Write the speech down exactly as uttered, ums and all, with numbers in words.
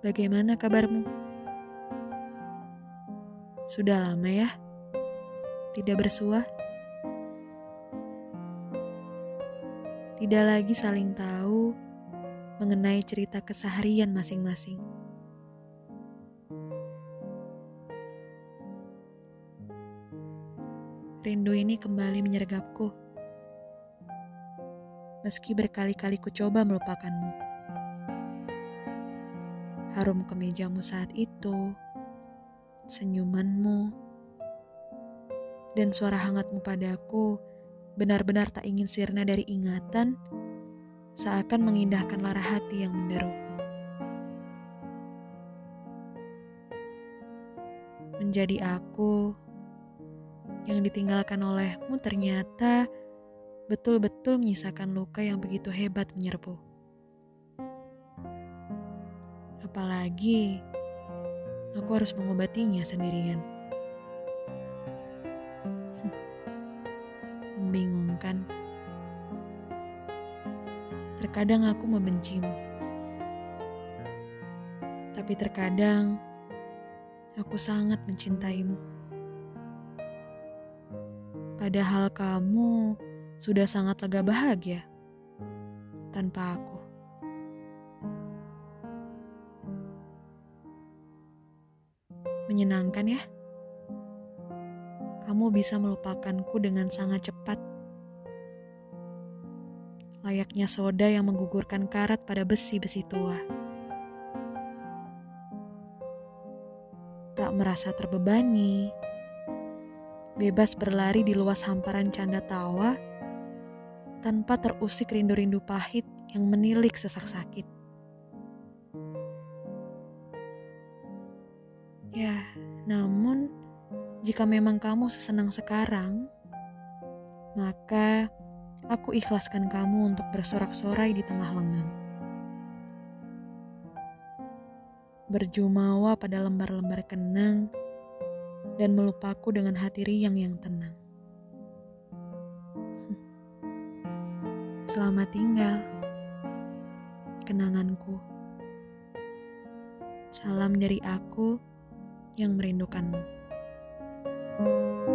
Bagaimana kabarmu? Sudah lama ya tidak bersua? Tidak lagi saling tahu mengenai cerita keseharian masing-masing. Rindu ini kembali menyergapku. Meski berkali-kali ku coba melupakanmu. Harum kemejamu saat itu, senyumanmu, dan suara hangatmu padaku benar-benar tak ingin sirna dari ingatan, seakan mengindahkan lara hati yang menderu. Menjadi aku yang ditinggalkan olehmu ternyata betul-betul menyisakan luka yang begitu hebat menyerbu. Apalagi aku harus mengobatinya sendirian. Membingungkan. Terkadang aku membencimu. Tapi terkadang aku sangat mencintaimu. Padahal kamu sudah sangat lega bahagia tanpa aku. Menyenangkan ya? Kamu bisa melupakanku dengan sangat cepat. Layaknya soda yang menggugurkan karat pada besi-besi tua. Tak merasa terbebani, bebas berlari di luas hamparan canda tawa, tanpa terusik rindu-rindu pahit yang menilik sesak sakit. Ya, namun jika memang kamu sesenang sekarang, maka aku ikhlaskan kamu untuk bersorak-sorai di tengah lengang. Berjumawa pada lembar-lembar kenang dan melupaku dengan hati riang yang tenang. Selamat tinggal, kenanganku. Salam dari aku yang merindukanmu.